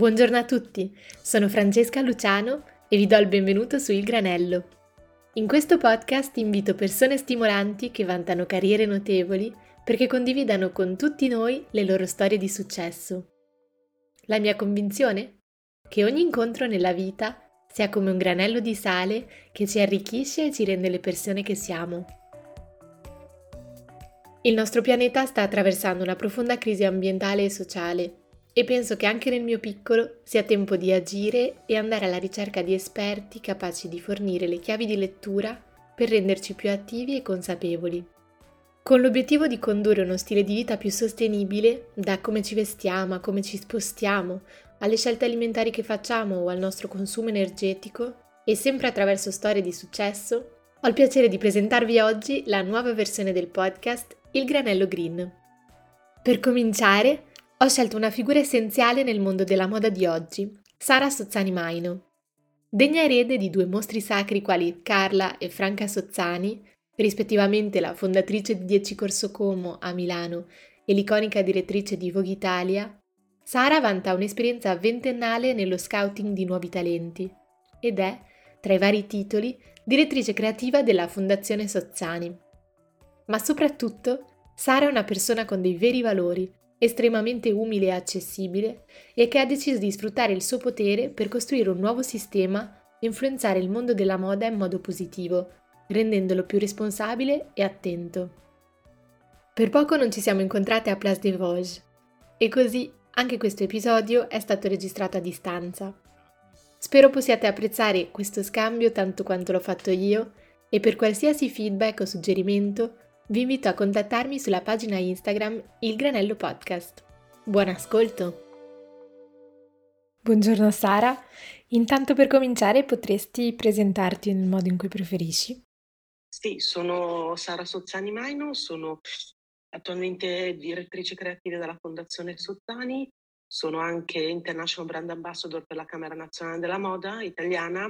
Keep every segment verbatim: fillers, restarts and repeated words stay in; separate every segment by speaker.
Speaker 1: Buongiorno a tutti, sono Francesca Luciano e vi do il benvenuto su Il Granello. In questo podcast invito persone stimolanti che vantano carriere notevoli perché condividano con tutti noi le loro storie di successo. La mia convinzione? Che ogni incontro nella vita sia come un granello di sale che ci arricchisce e ci rende le persone che siamo. Il nostro pianeta sta attraversando una profonda crisi ambientale e sociale. E penso che anche nel mio piccolo sia tempo di agire e andare alla ricerca di esperti capaci di fornire le chiavi di lettura per renderci più attivi e consapevoli. Con l'obiettivo di condurre uno stile di vita più sostenibile, da come ci vestiamo a come ci spostiamo, alle scelte alimentari che facciamo o al nostro consumo energetico, e sempre attraverso storie di successo, ho il piacere di presentarvi oggi la nuova versione del podcast Il Granello Green. Per cominciare, ho scelto una figura essenziale nel mondo della moda di oggi, Sara Sozzani Maino. Degna erede di due mostri sacri quali Carla e Franca Sozzani, rispettivamente la fondatrice di dieci Corso Como a Milano e l'iconica direttrice di Vogue Italia, Sara vanta un'esperienza ventennale nello scouting di nuovi talenti ed è, tra i vari titoli, direttrice creativa della Fondazione Sozzani. Ma soprattutto, Sara è una persona con dei veri valori, estremamente umile e accessibile, e che ha deciso di sfruttare il suo potere per costruire un nuovo sistema e influenzare il mondo della moda in modo positivo, rendendolo più responsabile e attento. Per poco non ci siamo incontrate a Place des Vosges, e così anche questo episodio è stato registrato a distanza. Spero possiate apprezzare questo scambio tanto quanto l'ho fatto io, e per qualsiasi feedback o suggerimento vi invito a contattarmi sulla pagina Instagram Il Granello Podcast. Buon ascolto! Buongiorno Sara, intanto per cominciare potresti presentarti nel modo in cui preferisci?
Speaker 2: Sì, sono Sara Sozzani Maino, sono attualmente direttrice creativa della Fondazione Sozzani, sono anche International Brand Ambassador per la Camera Nazionale della Moda italiana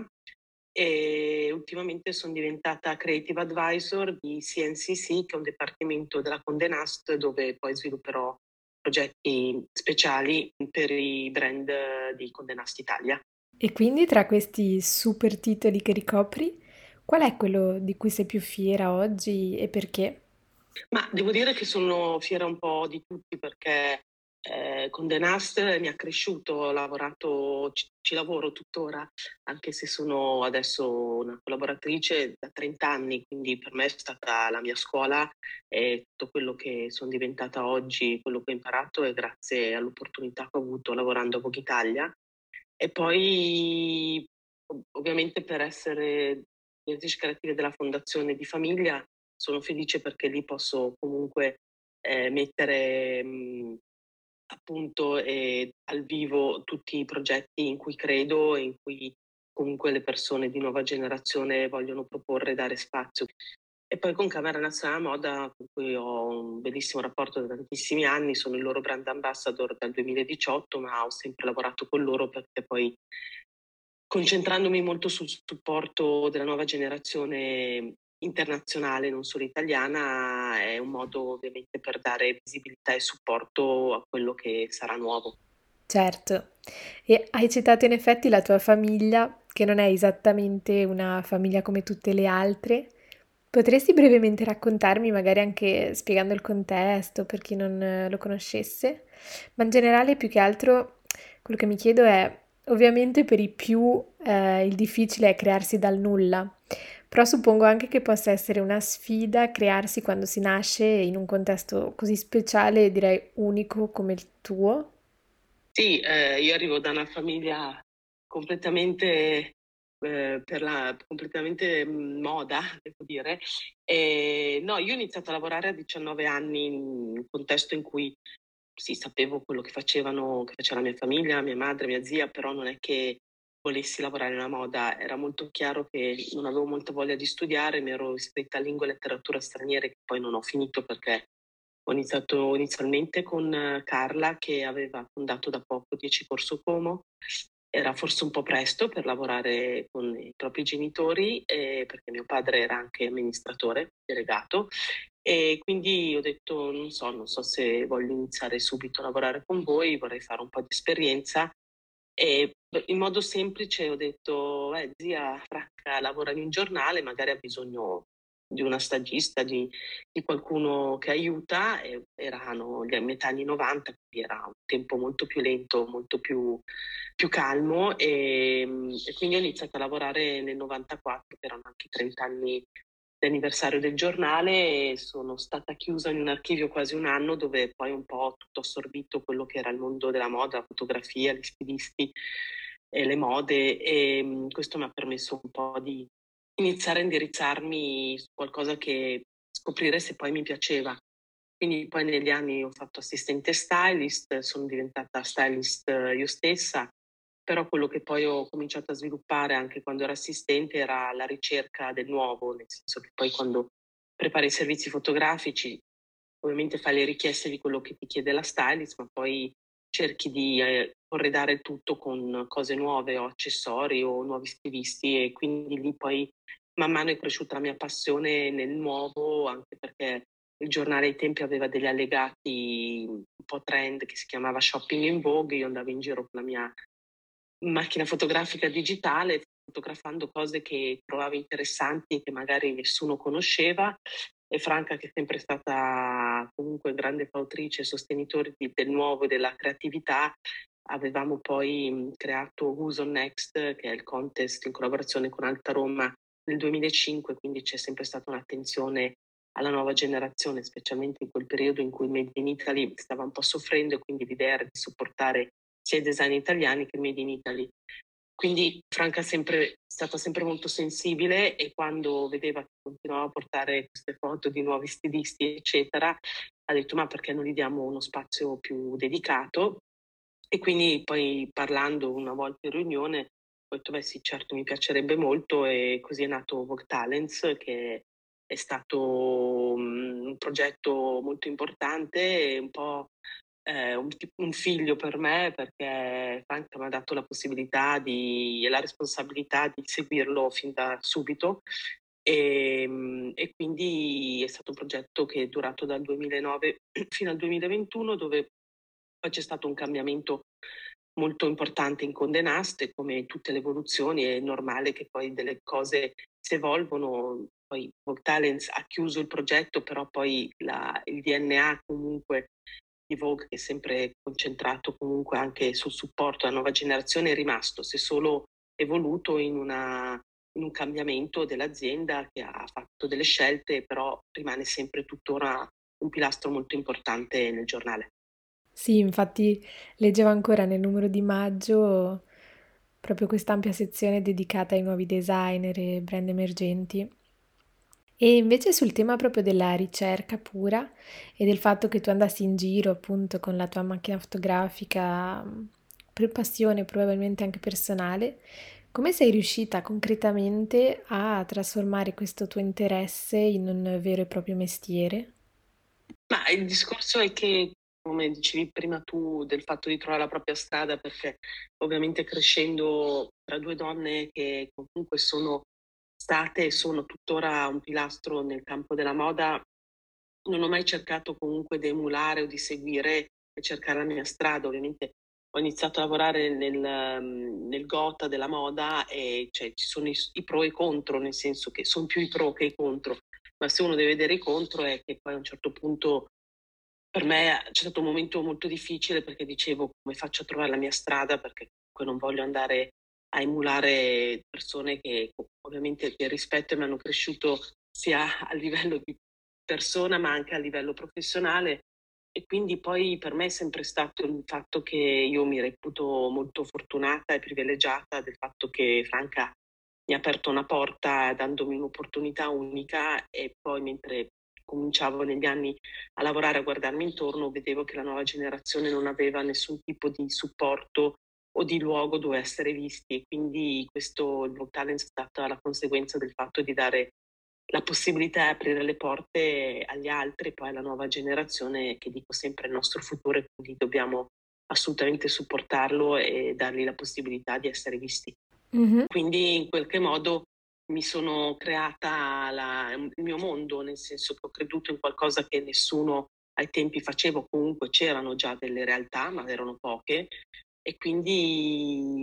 Speaker 2: e ultimamente sono diventata Creative Advisor di C N C C, che è un dipartimento della Condé Nast, dove poi svilupperò progetti speciali per i brand di Condé Nast Italia.
Speaker 1: E quindi tra questi super titoli che ricopri, qual è quello di cui sei più fiera oggi e perché?
Speaker 2: Ma devo dire che sono fiera un po' di tutti perché eh, Condé Nast mi ha cresciuto, ho lavorato, ci, ci lavoro tuttora, anche se sono adesso una collaboratrice da trenta anni, quindi per me è stata la mia scuola e tutto quello che sono diventata oggi, quello che ho imparato è grazie all'opportunità che ho avuto lavorando a Vogue Italia. E poi ov- ovviamente per essere direttrice creativa della Fondazione di Famiglia sono felice perché lì posso comunque eh, mettere mh, appunto eh, al vivo tutti i progetti in cui credo e in cui comunque le persone di nuova generazione vogliono proporre e dare spazio. E poi con Camera Nazionale Moda, con cui ho un bellissimo rapporto da tantissimi anni, sono il loro brand ambassador dal duemiladiciotto, ma ho sempre lavorato con loro perché poi, concentrandomi molto sul supporto della nuova generazione internazionale, non solo italiana, è un modo ovviamente per dare visibilità e supporto a quello che sarà nuovo.
Speaker 1: Certo, e hai citato in effetti la tua famiglia, che non è esattamente una famiglia come tutte le altre. Potresti brevemente raccontarmi, magari anche spiegando il contesto per chi non eh, lo conoscesse? Ma in generale, più che altro, quello che mi chiedo è, ovviamente per i più eh, il difficile è crearsi dal nulla, però suppongo anche che possa essere una sfida crearsi quando si nasce in un contesto così speciale e direi unico come il tuo.
Speaker 2: Sì, eh, io arrivo da una famiglia completamente, eh, per la, completamente mm, moda, devo dire. E, no, io ho iniziato a lavorare a diciannove anni in un contesto in cui sì, sapevo quello che facevano, che faceva la mia famiglia, mia madre, mia zia, però non è che volessi lavorare nella moda. Era molto chiaro che non avevo molta voglia di studiare, mi ero iscritta a lingue e letteratura straniere, che poi non ho finito perché ho iniziato inizialmente con eh, Carla, che aveva fondato da poco dieci Corso Como. Era forse un po' presto per lavorare con i propri genitori, eh, perché mio padre era anche amministratore delegato, e quindi ho detto non so, non so se voglio iniziare subito a lavorare con voi, vorrei fare un po' di esperienza. E b in modo semplice ho detto: "Eh, zia Franca lavora in un giornale, magari ha bisogno di una stagista, di di qualcuno che aiuta", e erano gli a metà anni 'novanta, quindi era un tempo molto più lento, molto più più calmo, ehm, e quindi ho iniziato a lavorare nel 'novantaquattro, che erano anche i trenta anni d'anniversario del giornale, e sono stata chiusa in un archivio quasi un anno, dove poi un po' ho tutto assorbito quello che era il mondo della moda, la fotografia, gli stilisti e le mode, ehm, questo m'ha permesso un po' di iniziare a indirizzarmi su qualcosa che scoprire se poi mi piaceva. Quindi poi negli anni ho fatto assistente stylist, sono diventata stylist eh, io stessa, però quello che poi ho cominciato a sviluppare anche quando ero assistente era la ricerca del nuovo, nel senso che poi quando prepari i servizi fotografici, ovviamente fai le richieste di quello che ti chiede la stylist, ma poi cerchi di eh, corredare il tutto con cose nuove o accessori o nuovi stilisti, e quindi lì poi man mano è cresciuta la mia passione nel nuovo, anche perché il giornale ai tempi aveva degli allegati un po' trend che si chiamava Shopping in Vogue. Io andavo in giro con la mia macchina fotografica digitale, fotografando cose che trovavo interessanti e che magari nessuno conosceva, e Franca, che è sempre stata comunque grande fautrice e sostenitore di del nuovo e della creatività, avevamo poi, mhmm, creato Who's on Next, che è il contest in collaborazione con Alta Roma nel duemilacinque, quindi c'è sempre stata un'attenzione alla nuova generazione, specialmente in quel periodo in cui il Made in Italy stava un po' soffrendo, e quindi l'idea era di supportare sia i design italiani che il Made in Italy. Quindi Franca è sempre stata sempre molto sensibile, e quando vedeva che continuavo a portare queste foto di nuovi stilisti, eccetera, ha detto: "Ma perché non gli diamo uno spazio più dedicato?" E quindi poi, parlando una volta in riunione, ho detto: "Beh sì, certo, mi piacerebbe molto", e così è nato Vogue Talents, che è stato, mhmm, un progetto molto importante e un po' ehm, un ti un figlio per me, perché Franca m'ha dato la possibilità di e la responsabilità di seguirlo fin da subito. Ehm, e quindi è stato un progetto che è durato dal duemilanove fino al duemilaventuno, dove poi c'è stato un cambiamento molto importante in Condé Nast, e come tutte le evoluzioni è normale che poi delle cose si evolvono. Poi Vogue Talents ha chiuso il progetto, però poi la il D N A comunque di Vogue, che è sempre concentrato comunque anche sul supporto alla nuova generazione, è rimasto, si è solo evoluto in una in un cambiamento dell'azienda, che ha fatto delle scelte, però rimane sempre tuttora un pilastro molto importante nel giornale.
Speaker 1: Sì, infatti leggevo ancora nel numero di maggio proprio quest'ampia sezione dedicata ai nuovi designer e brand emergenti. E invece sul tema proprio della ricerca pura e del fatto che tu andassi in giro appunto con la tua macchina fotografica, mh, per passione probabilmente anche personale, come sei riuscita concretamente a trasformare questo tuo interesse in un vero e proprio mestiere?
Speaker 2: Ma il discorso è che, come dicevi prima tu, del fatto di trovare la propria strada, perché ovviamente crescendo tra due donne che comunque sono state e sono tuttora un pilastro nel campo della moda, non ho mai cercato comunque di emulare o di seguire e cercare la mia strada. Ovviamente ho iniziato a lavorare nel, mhmm, nel gotha della moda, e cioè ci sono i s i pro e i contro, nel senso che son più i pro che i contro, ma se uno deve vedere i contro è che poi a un certo punto per me c'è stato un momento molto difficile, perché dicevo: "Come faccio a trovare la mia strada?" Perché comunque non voglio andare a emulare persone che o ovviamente che rispetto e mi hanno cresciuto sia a livello di persona, ma anche a livello professionale. E quindi poi per me è sempre stato il fatto che io mi reputo molto fortunata e privilegiata del fatto che Franca mi ha aperto una porta dandomi un'opportunità unica, e poi mentre cominciavo negli anni a lavorare, a guardarmi intorno, vedevo che la nuova generazione non aveva nessun tipo di supporto o di luogo dove essere visti, e quindi questo il Vogue Talent è stata la conseguenza del fatto di dare la possibilità di aprire le porte agli altri, poi alla nuova generazione, che dico sempre è il nostro futuro, e quindi dobbiamo assolutamente supportarlo e dargli la possibilità di essere visti.
Speaker 1: Mh-mh.
Speaker 2: Quindi in qualche modo mi sono creata la il mio mondo, nel senso che ho creduto in qualcosa che nessuno ai tempi faceva, o comunque c'erano già delle realtà, ma erano poche, e quindi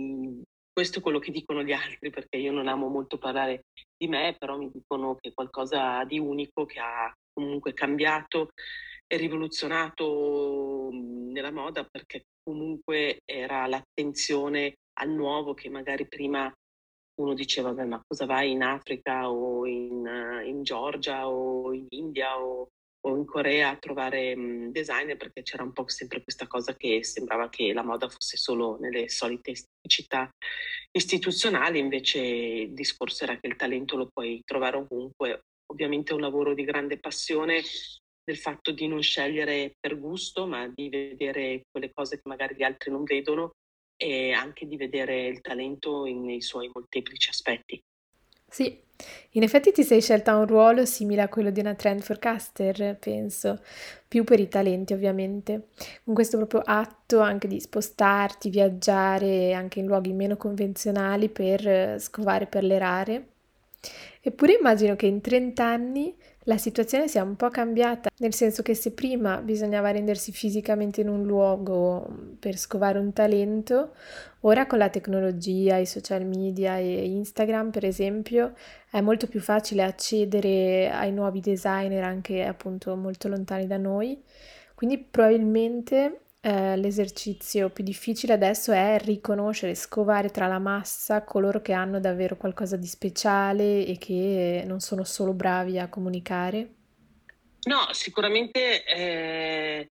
Speaker 2: Questo è quello che dicono gli altri, perché io non amo molto parlare di me, però mi dicono che è qualcosa di unico che ha comunque cambiato e rivoluzionato, mhmm, nella moda, perché comunque era l'attenzione al nuovo che magari prima uno diceva: "Vabbè, ma cosa vai in Africa o in eh, in Georgia o in India o o in Corea a trovare, mhmm, designer", perché c'era un po' sempre questa cosa che sembrava che la moda fosse solo nelle solite is città istituzionali, invece il discorso era che il talento lo puoi trovare ovunque. Ovviamente è un lavoro di grande passione, del fatto di non scegliere per gusto, ma di vedere quelle cose che magari gli altri non vedono e anche di vedere il talento in nei suoi molteplici aspetti.
Speaker 1: Sì, in effetti ti sei scelta un ruolo simile a quello di una trend forecaster, penso, più per i talenti ovviamente, con questo proprio atto anche di spostarti, viaggiare anche in luoghi meno convenzionali per eh, scovare perle rare. Eppure immagino che in trenta anni la situazione sia un po' cambiata, nel senso che se prima bisognava rendersi fisicamente in un luogo mm, per scovare un talento, ora con la tecnologia, i social media e Instagram, per esempio, è molto più facile accedere ai nuovi designer anche appunto molto lontani da noi. Quindi probabilmente eh, l'esercizio più difficile adesso è riconoscere, scovare tra la massa coloro che hanno davvero qualcosa di speciale e che non sono solo bravi a comunicare.
Speaker 2: No, sicuramente, ehm,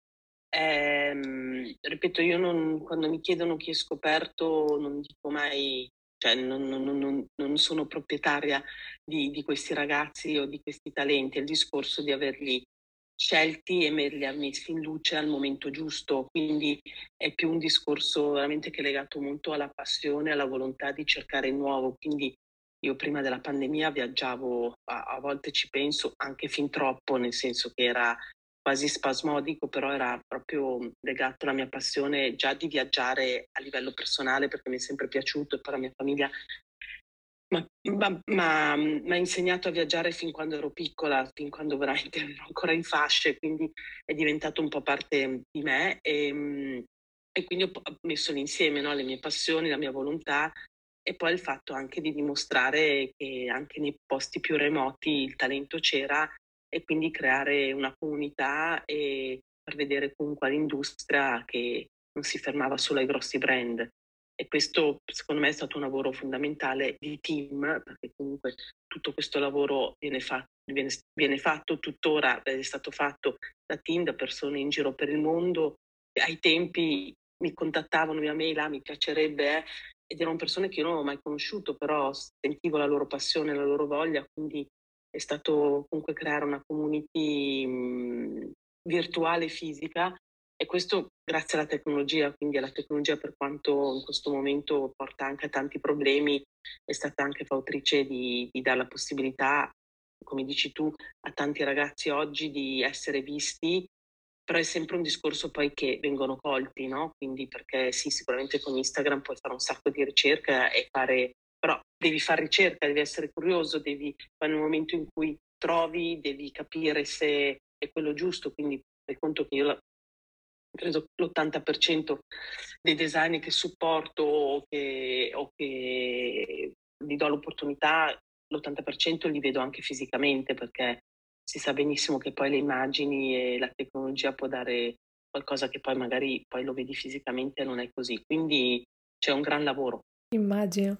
Speaker 2: ehm, ripeto, io non quando mi chiedono chi è scoperto non dico mai, cioè non non non non non sono proprietaria di di questi ragazzi o di questi talenti, è il discorso di averli scelti e me li ha messi in luce al momento giusto, quindi è più un discorso veramente che è legato molto alla passione, alla volontà di cercare il nuovo. Quindi io prima della pandemia viaggiavo, a a volte ci penso, anche fin troppo, nel senso che era quasi spasmodico, però era proprio legato alla mia passione già di viaggiare a livello personale, perché mi è sempre piaciuto e poi la mia famiglia ma ma ma m'ha insegnato a viaggiare fin quando ero piccola, fin quando veramente ero ancora in fasce, quindi è diventato un po' parte di me, ehm, e quindi ho p ho messo l'insieme, no, le mie passioni, la mia volontà e poi il fatto anche di dimostrare che anche nei posti più remoti il talento c'era e quindi creare una comunità e far vedere comunque all'industria che non si fermava solo ai grossi brand. E questo secondo me è stato un lavoro fondamentale di team, perché comunque tutto questo lavoro viene fa viene s viene fatto tuttora, è stato fatto da team, da persone in giro per il mondo. E ai tempi mi contattavano via mail: "Ah, mi piacerebbe, eh", ed erano persone che io non avevo mai conosciuto, però sentivo la loro passione, la loro voglia, quindi è stato comunque creare una community, mhmm, virtuale e fisica e questo grazie alla tecnologia, quindi alla tecnologia per quanto in questo momento porta anche a tanti problemi, è stata anche fautrice di di dar la possibilità, come dici tu, a tanti ragazzi oggi di essere visti, però è sempre un discorso poi che vengono colti, no, quindi perché sì, sicuramente con Instagram puoi fare un sacco di ricerca e fare però devi far ricerca, devi essere curioso, devi poi nel momento in cui trovi, devi capire se è quello giusto, quindi fai conto che io la credo l'ottanta per cento dei designer che supporto o che o che gli do l'opportunità, l'ottanta per cento li vedo anche fisicamente, perché si sa benissimo che poi le immagini e la tecnologia può dare qualcosa che poi magari poi lo vedi fisicamente e non è così. Quindi c'è un gran lavoro.
Speaker 1: Immagino.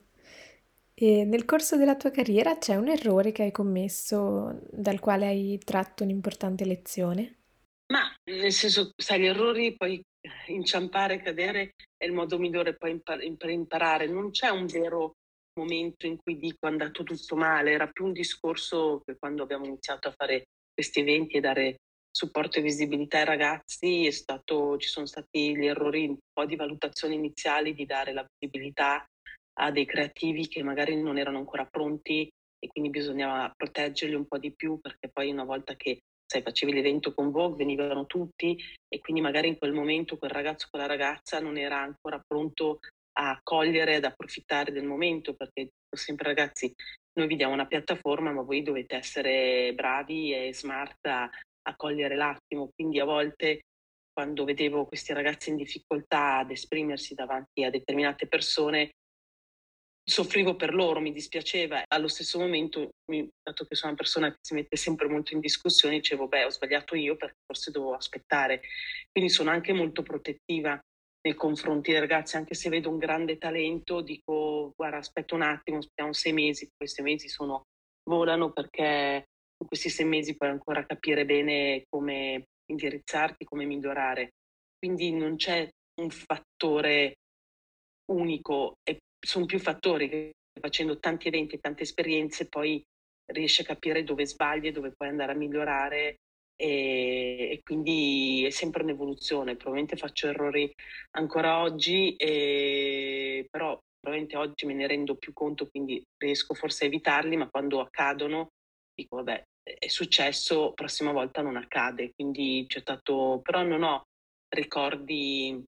Speaker 1: E nel corso della tua carriera c'è un errore che hai commesso dal quale hai tratto un'importante lezione?
Speaker 2: Ma, nel senso, sai, gli errori poi eh, inciampare, cadere è il modo migliore poi impa im per imparare. Non c'è un vero momento in cui dico: "È andato tutto male", era più un discorso che quando abbiamo iniziato a fare questi eventi e dare supporto e visibilità ai ragazzi è stato ci sono stati gli errori un po' di valutazione iniziali, di dare la visibilità a dei creativi che magari non erano ancora pronti e quindi bisognava proteggerli un po' di più, perché poi una volta che sai, facevi l'evento con Vogue, venivano tutti e quindi magari in quel momento quel ragazzo o quella ragazza non era ancora pronto a cogliere, ad approfittare del momento, perché dico sempre: "Ragazzi, noi vi diamo una piattaforma, ma voi dovete essere bravi e smart a a cogliere l'attimo". Quindi a volte quando vedevo questi ragazzi in difficoltà ad esprimersi davanti a determinate persone, soffrivo per loro, mi dispiaceva. Allo stesso momento, mi, dato che sono una persona che si mette sempre molto in discussione, dicevo, beh, ho sbagliato io perché forse dovevo aspettare. Quindi sono anche molto protettiva nei confronti dei ragazzi, anche se vedo un grande talento, dico, guarda, aspetta un attimo, aspettiamo sei mesi, poi sei mesi sono, volano, perché in questi sei mesi puoi ancora capire bene come indirizzarti, come migliorare. Quindi non c'è un fattore unico, e sono più fattori che facendo tanti eventi e tante esperienze poi riesci a capire dove sbagli e dove puoi andare a migliorare, e, e quindi è sempre un'evoluzione. Probabilmente faccio errori ancora oggi, e, però probabilmente oggi me ne rendo più conto, quindi riesco forse a evitarli, ma quando accadono dico vabbè, è successo, prossima volta non accade. Quindi c'è stato, però non ho ricordi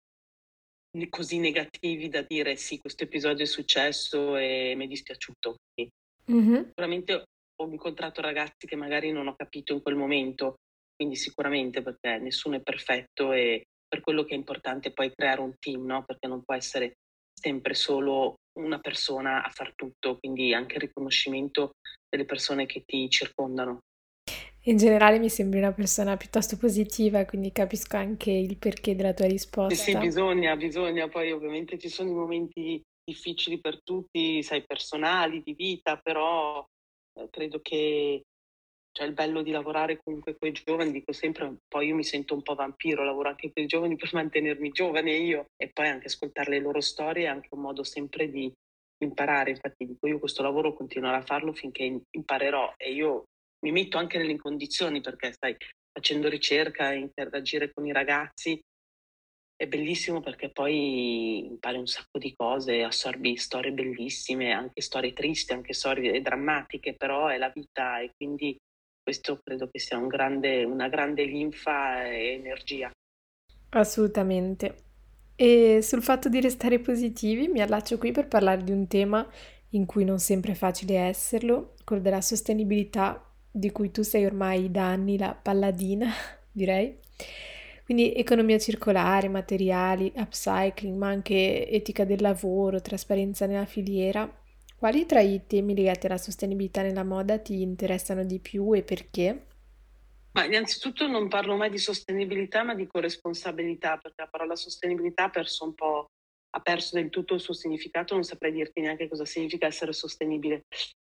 Speaker 2: così negativi da dire sì, questo episodio è successo e mi è dispiaciuto. Sì.
Speaker 1: Mhm.
Speaker 2: Sicuramente ho incontrato ragazzi che magari non ho capito in quel momento, quindi sicuramente, perché nessuno è perfetto, e per quello che è importante poi creare un team, no? Perché non può essere sempre solo una persona a far tutto, quindi anche il riconoscimento delle persone che ti circondano.
Speaker 1: In generale mi sembri una persona piuttosto positiva, quindi capisco anche il perché della tua
Speaker 2: Sì, sì,
Speaker 1: risposta.
Speaker 2: bisogna, bisogna, poi ovviamente ci sono i momenti difficili per tutti, sai, personali, di vita, però eh, credo che, cioè, il bello di lavorare comunque con i giovani, dico sempre, poi io mi sento un po' vampiro, lavoro anche con i giovani per mantenermi giovane io, e poi anche ascoltare le loro storie è anche un modo sempre di imparare. Infatti dico, io questo lavoro continuerò a farlo finché imparerò, e io mi metto anche nelle condizioni, perché stai facendo ricerca, interagire con i ragazzi è bellissimo, perché poi impari un sacco di cose, assorbi storie bellissime, anche storie tristi, anche storie drammatiche, però è la vita, e quindi questo credo che sia un grande, una grande linfa e energia.
Speaker 1: Assolutamente. E sul fatto di restare positivi mi allaccio qui per parlare di un tema in cui non sempre è facile esserlo, quello della sostenibilità, di cui tu sei ormai da anni la palladina, direi. Quindi economia circolare, materiali, upcycling, ma anche etica del lavoro, trasparenza nella filiera. Quali tra i temi legati alla sostenibilità nella moda ti interessano di più e perché?
Speaker 2: Ma innanzitutto non parlo mai di sostenibilità, ma di corresponsabilità, perché la parola sostenibilità ha perso un po', ha perso del tutto il suo significato, non saprei dirti neanche cosa significa essere sostenibile.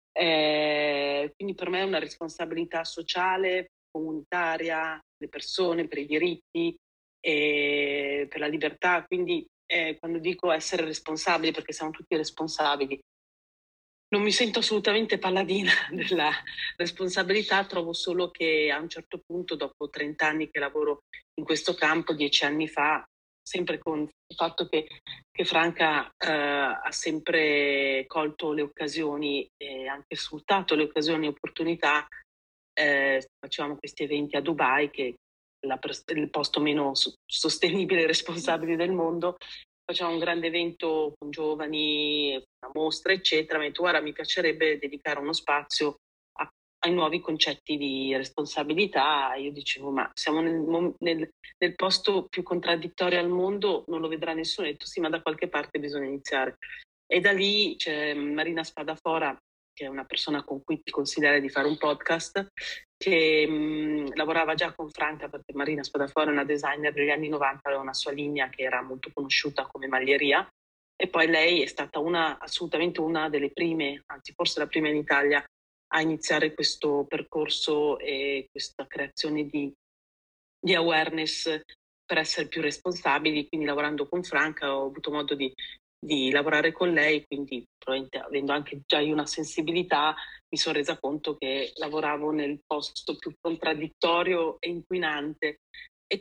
Speaker 2: Eh, quindi per me è una responsabilità sociale, comunitaria, le persone, per i diritti e per la libertà. Quindi eh, quando dico essere responsabili, perché siamo tutti responsabili, non mi sento assolutamente paladina della responsabilità, trovo solo che a un certo punto, dopo trenta anni che lavoro in questo campo, dieci anni fa, sempre con il fatto che, che Franca eh, ha sempre colto le occasioni e anche sfruttato le occasioni e opportunità, eh, facevamo questi eventi a Dubai, che è la, il posto meno sostenibile e responsabile del mondo. Facciamo un grande evento con giovani, una mostra, eccetera. Mi ha detto, guarda, mi piacerebbe dedicare uno spazio a, ai nuovi concetti di responsabilità. Io dicevo, ma siamo nel, nel, nel posto più contraddittorio al mondo, non lo vedrà nessuno. Ho detto, sì, ma da qualche parte bisogna iniziare. E da lì c'è Marina Spadafora, che è una persona con cui ti consiglierei di fare un podcast, che mh, lavorava già con Franca, perché Marina Spadafora è una designer degli anni novanta, aveva una sua linea che era molto conosciuta come maglieria, e poi lei è stata una, assolutamente una delle prime, anzi forse la prima in Italia, a iniziare questo percorso e questa creazione di, di awareness per essere più responsabili. Quindi lavorando con Franca ho avuto modo di, di lavorare con lei, quindi probabilmente avendo anche già io una sensibilità, mi sono resa conto che lavoravo nel posto più contraddittorio e inquinante. E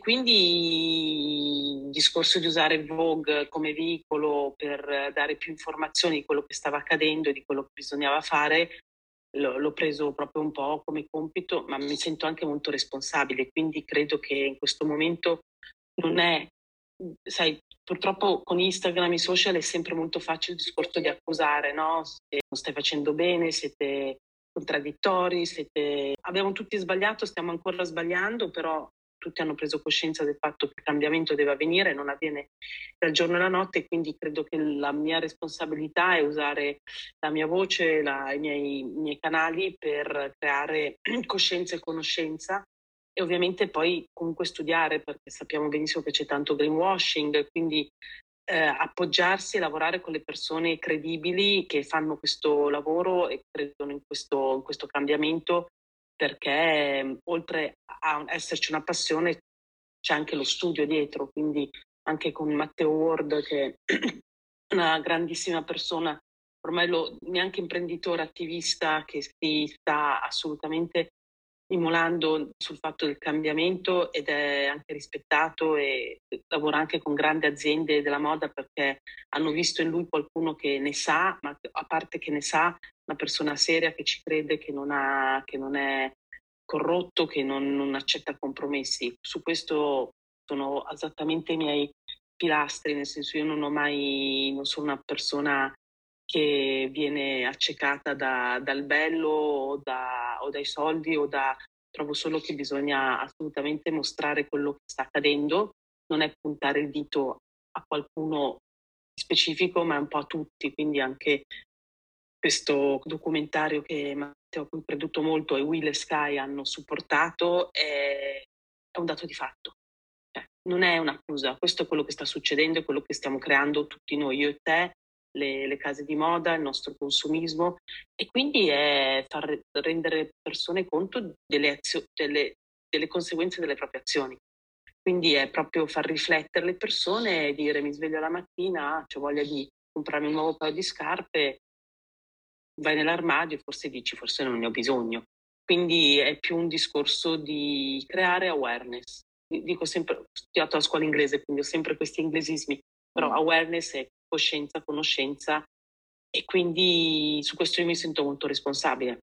Speaker 2: quindi il discorso di usare Vogue come veicolo per dare più informazioni di quello che stava accadendo e di quello che bisognava fare, l'ho, l'ho preso proprio un po' come compito, ma mi sento anche molto responsabile. Quindi credo che in questo momento non è, sai, purtroppo con Instagram e i social è sempre molto facile il discorso di accusare, no? Se non stai facendo bene, siete contraddittori, siete... abbiamo tutti sbagliato, stiamo ancora sbagliando, però tutti hanno preso coscienza del fatto che il cambiamento deve avvenire, non avviene dal giorno alla notte, quindi credo che la mia responsabilità è usare la mia voce, la- i miei, i miei canali per creare coscienza e conoscenza e ovviamente poi comunque studiare perché sappiamo benissimo che c'è tanto greenwashing, quindi eh, appoggiarsi e lavorare con le persone credibili che fanno questo lavoro e credono in questo, in questo cambiamento perché eh, oltre a esserci una passione c'è anche lo studio dietro, quindi anche con Matteo Ward che è una grandissima persona, ormai lo, neanche imprenditore attivista che si sta assolutamente immolando sul fatto del cambiamento ed è anche rispettato e lavora anche con grandi aziende della moda perché hanno visto in lui qualcuno che ne sa, ma a parte che ne sa, una persona seria che ci crede, che non, ha, che non è corrotto, che non, non accetta compromessi. Su questo sono esattamente i miei pilastri, nel senso io non ho mai, non sono una persona che viene accecata da, dal bello o, da, o dai soldi o da... Trovo solo che bisogna assolutamente mostrare quello che sta accadendo, non è puntare il dito a qualcuno specifico, ma un po' a tutti, quindi anche questo documentario che Matteo, a cui ho creduto molto, e Will e Sky hanno supportato, è, è un dato di fatto. Cioè, non è un'accusa, questo è quello che sta succedendo, è quello che stiamo creando tutti noi, io e te, le, le case di moda, il nostro consumismo, e quindi è far rendere le persone conto delle, azio- delle, delle conseguenze delle proprie azioni. Quindi è proprio far riflettere le persone e dire mi sveglio la mattina, ho voglia di comprarmi un nuovo paio di scarpe, vai nell'armadio e forse dici forse non ne ho bisogno. Quindi è più un discorso di creare awareness. Dico sempre, ho studiato a scuola inglese, quindi ho sempre questi inglesismi, però
Speaker 1: Mm.
Speaker 2: awareness è coscienza, conoscenza e quindi su questo io mi sento molto responsabile.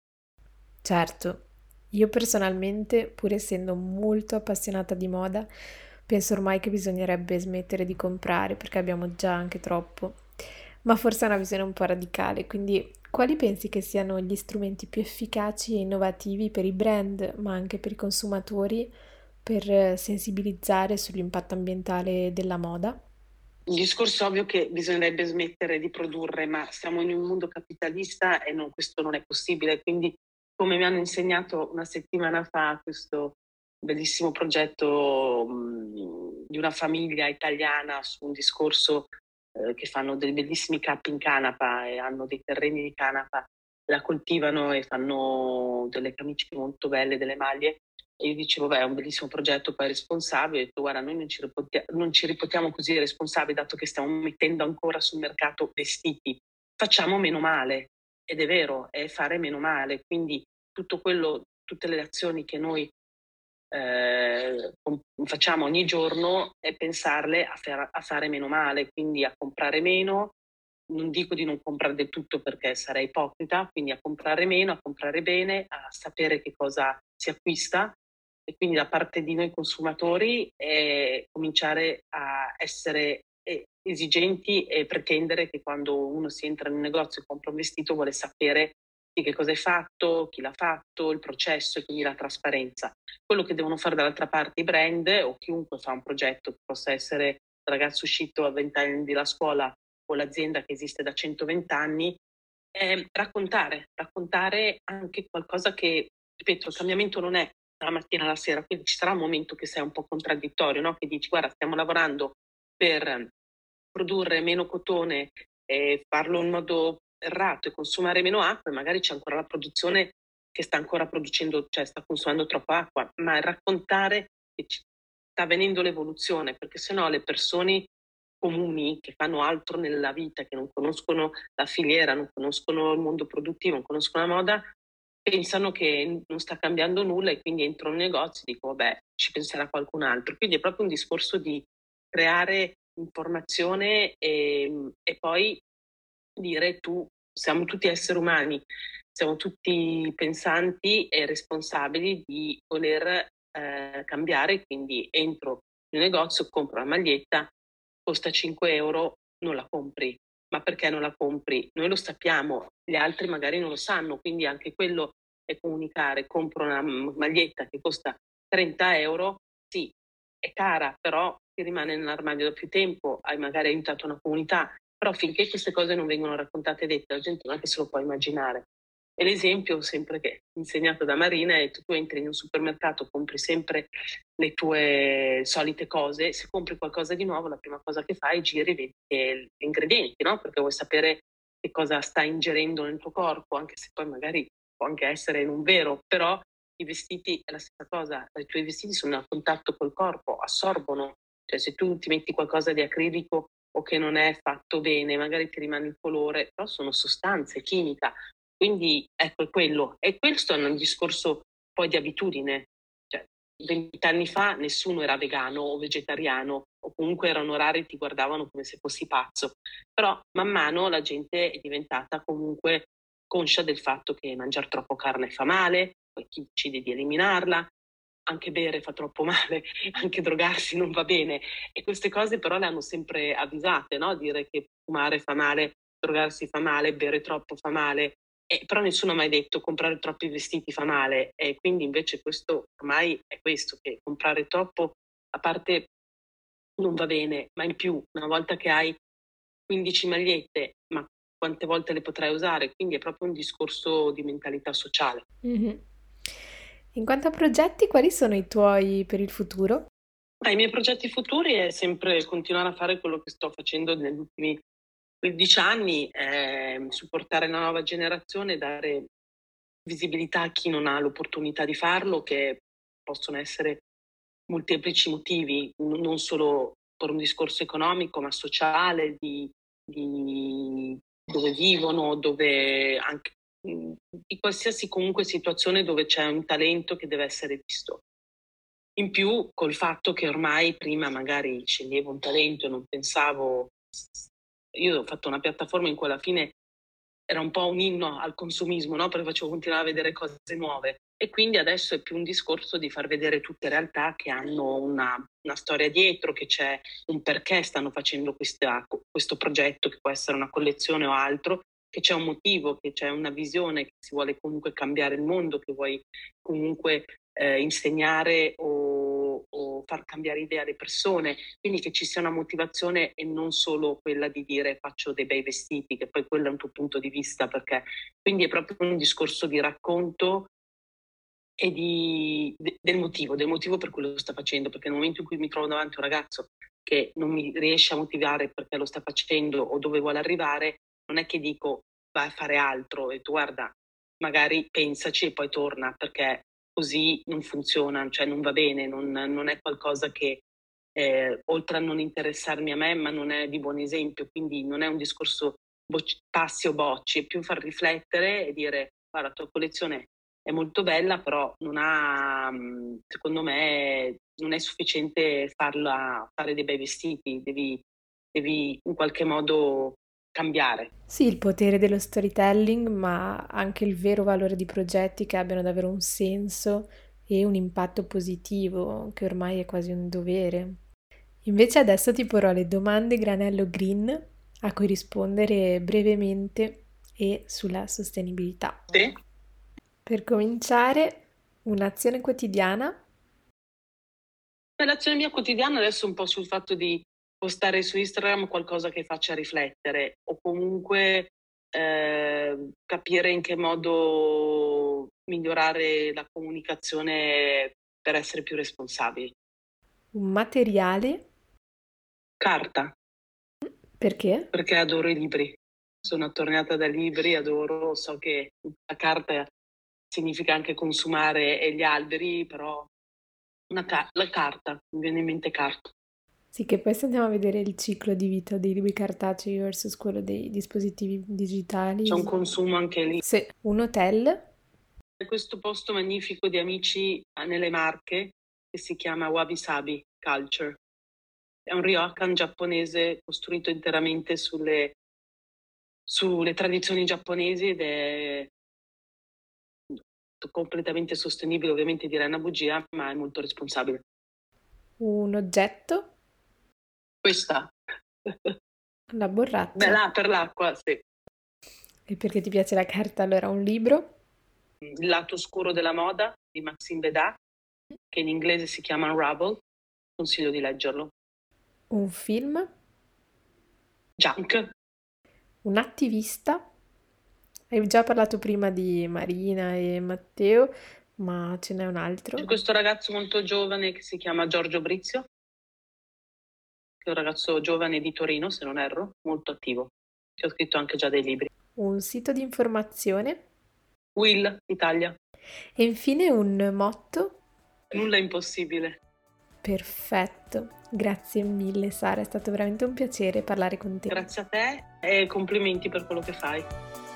Speaker 1: Certo, io personalmente, pur essendo molto appassionata di moda, penso ormai che bisognerebbe smettere di comprare perché abbiamo già anche troppo. Ma forse è una visione un po' radicale, quindi quali pensi che siano gli strumenti più efficaci e innovativi per i brand, ma anche per i consumatori, per eh, sensibilizzare sull'impatto ambientale della moda?
Speaker 2: Il discorso è ovvio che bisognerebbe smettere di produrre, ma siamo in un mondo capitalista e non- questo non è possibile. Quindi, come mi hanno insegnato una settimana fa, questo bellissimo progetto mh, di una famiglia italiana su un discorso eh, che fanno dei bellissimi capi in canapa e hanno dei terreni di canapa, la coltivano e fanno delle camicie molto belle, delle maglie. E io dicevo, beh, è un bellissimo progetto, poi è responsabile. Ho detto, guarda, noi non ci, riporti- non ci riportiamo così responsabili, dato che stiamo mettendo ancora sul mercato vestiti. Facciamo meno male. Ed è vero, è fare meno male. Quindi tutto quello, tutte le azioni che noi eh, com- facciamo ogni giorno è pensarle a, fer- a fare meno male, quindi a comprare meno. Non dico di non comprare del tutto perché sarei ipocrita, quindi a comprare meno, a comprare bene, a sapere che cosa si acquista e quindi da parte di noi consumatori è cominciare a essere eh, esigenti e pretendere che quando uno si entra in un negozio e compra un vestito vuole sapere di che cosa è fatto, chi l'ha fatto, il processo e quindi la trasparenza. Quello che devono fare dall'altra parte i brand o chiunque fa un progetto, che possa essere il ragazzo uscito a venti anni dalla scuola o l'azienda che esiste da centoventi anni, è raccontare, raccontare anche qualcosa che, ripeto, il cambiamento non è dalla mattina alla sera, quindi ci sarà un momento che sei un po' contraddittorio, no? Che dici, guarda, stiamo lavorando per produrre meno cotone e farlo in modo errato e consumare meno acqua e magari c'è ancora la produzione che sta ancora producendo, cioè sta consumando troppa acqua, ma è raccontare che ci sta avvenendo l'evoluzione, perché sennò le persone comuni che fanno altro nella vita, che non conoscono la filiera, non conoscono il mondo produttivo, non conoscono la moda, pensano che non sta cambiando nulla e quindi entrano nei negozi e dico, vabbè, ci penserà qualcun altro. Quindi è proprio un discorso di creare informazione e, e poi dire tu, siamo tutti esseri umani, siamo tutti pensanti e responsabili di voler eh, cambiare, quindi entro in un negozio, compro la maglietta, costa cinque euro, non la compri. Ma perché non la compri? Noi lo sappiamo, gli altri magari non lo sanno, quindi anche quello è comunicare. Compro una maglietta che costa trenta euro, sì, è cara, però ti rimane nell'armadio da più tempo, hai magari aiutato una comunità, però finché queste cose non vengono raccontate e dette, la gente non è che se lo può immaginare. E l'esempio sempre che insegnato da Marina è che tu entri in un supermercato, compri sempre le tue solite cose, se compri qualcosa di nuovo la prima cosa che fai è giri e vedi che- gli ingredienti, no? Perché vuoi sapere che cosa stai ingerendo nel tuo corpo, anche se poi magari può anche essere non vero, però i vestiti è la stessa cosa, i tuoi vestiti sono a contatto col corpo, assorbono, cioè se tu ti metti qualcosa di acrilico o che non è fatto bene, magari ti rimane il colore, però sono sostanze, chimica, quindi ecco è quello. E questo è un discorso poi di abitudine, cioè vent'anni fa nessuno era vegano o vegetariano o comunque erano rari e ti guardavano come se fossi pazzo, però man mano la gente è diventata comunque conscia del fatto che mangiare troppo carne fa male, poi chi decide di eliminarla, anche bere fa troppo male, anche drogarsi non va bene. E queste cose però le hanno sempre avvisate, no? Dire che fumare fa male, drogarsi fa male, bere troppo fa male. E, però nessuno ha mai detto comprare troppi vestiti fa male. E quindi invece questo ormai è questo, che comprare troppo, a parte non va bene, ma in più, una volta che hai quindici magliette, ma quante volte le potrai usare? Quindi è proprio un discorso di mentalità sociale.
Speaker 1: Mhm. In quanto a progetti, quali sono i tuoi per il futuro?
Speaker 2: Ma i miei progetti futuri è sempre continuare a fare quello che sto facendo negli ultimi quindici anni, eh, supportare la nuova generazione, dare visibilità a chi non ha l'opportunità di farlo, che possono essere molteplici motivi, n- non solo per un discorso economico, ma sociale, di, di dove vivono, dove anche mh, di qualsiasi comunque situazione dove c'è un talento che deve essere visto. In più, col fatto che ormai prima magari sceglievo un talento e non pensavo, io ho fatto una piattaforma in cui alla fine era un po' un inno al consumismo, no? Perché facevo continuare a vedere cose nuove. E quindi adesso è più un discorso di far vedere tutte realtà che hanno una, una storia dietro, che c'è un perché stanno facendo questa- questo progetto, che può essere una collezione o altro, che c'è un motivo, che c'è una visione, che si vuole comunque cambiare il mondo, che vuoi comunque eh, insegnare o, o far cambiare idea alle persone, quindi che ci sia una motivazione e non solo quella di dire faccio dei bei vestiti, che poi quello è un tuo punto di vista, perché quindi è proprio un discorso di racconto e di, de, del motivo, del motivo per cui lo sta facendo, perché nel momento in cui mi trovo davanti a un ragazzo che non mi riesce a motivare perché lo sta facendo o dove vuole arrivare, non è che dico vai a fare altro e tu guarda, magari pensaci e poi torna, perché così non funziona, cioè non va bene, non, non è qualcosa che eh, oltre a non interessarmi a me, ma non è di buon esempio, quindi non è un discorso bocci, passi o bocci, è più far riflettere e dire guarda, la tua collezione è molto bella, però non ha, mh, secondo me, non è sufficiente farla, fare dei bei vestiti, devi, devi in qualche modo cambiare.
Speaker 1: Sì, il potere dello storytelling, ma anche il vero valore di progetti che abbiano davvero un senso e un impatto positivo, che ormai è quasi un dovere. Invece adesso ti porrò le domande granello green a cui rispondere brevemente e sulla sostenibilità.
Speaker 2: Sì?
Speaker 1: Per cominciare, un'azione quotidiana.
Speaker 2: L'azione mia quotidiana adesso è un po' sul fatto di postare su Instagram qualcosa che faccia riflettere o comunque eh, capire in che modo migliorare la comunicazione per essere più responsabili.
Speaker 1: Un materiale.
Speaker 2: Carta,
Speaker 1: Perché?
Speaker 2: perché adoro i libri. Sono attorniata da libri, adoro, so che la carta significa anche consumare e gli alberi, però una ca- la carta, mi viene in mente carta.
Speaker 1: Sì, che poi se andiamo a vedere il ciclo di vita dei libri cartacei versus quello dei dispositivi
Speaker 2: C'è un
Speaker 1: digitali.
Speaker 2: consumo anche lì.
Speaker 1: Sì, un hotel.
Speaker 2: Questo posto magnifico di amici nelle Marche che si chiama Wabi Sabi Culture. È un ryokan giapponese costruito interamente sulle, sulle tradizioni giapponesi ed è completamente sostenibile, ovviamente direi una bugia, ma è molto responsabile.
Speaker 1: Un oggetto.
Speaker 2: Questa,
Speaker 1: La
Speaker 2: beh,
Speaker 1: borraccia.
Speaker 2: là per l'acqua, sì.
Speaker 1: E perché ti piace la carta, allora un libro.
Speaker 2: Il lato oscuro della moda di Maxime Bédat, che in inglese si chiama Unravel, consiglio di leggerlo.
Speaker 1: Un film?
Speaker 2: Junk.
Speaker 1: Un attivista? Hai già parlato prima di Marina e Matteo, ma ce n'è un altro?
Speaker 2: C'è questo ragazzo molto giovane che si chiama Giorgio Brizio, che è un ragazzo giovane di Torino, se non erro, molto attivo, che ha scritto anche già dei libri.
Speaker 1: Un sito di informazione?
Speaker 2: Will Italia.
Speaker 1: E infine un motto?
Speaker 2: Nulla è impossibile.
Speaker 1: Perfetto, grazie mille Sara, è stato veramente un piacere parlare con te.
Speaker 2: Grazie a te e complimenti per quello che fai.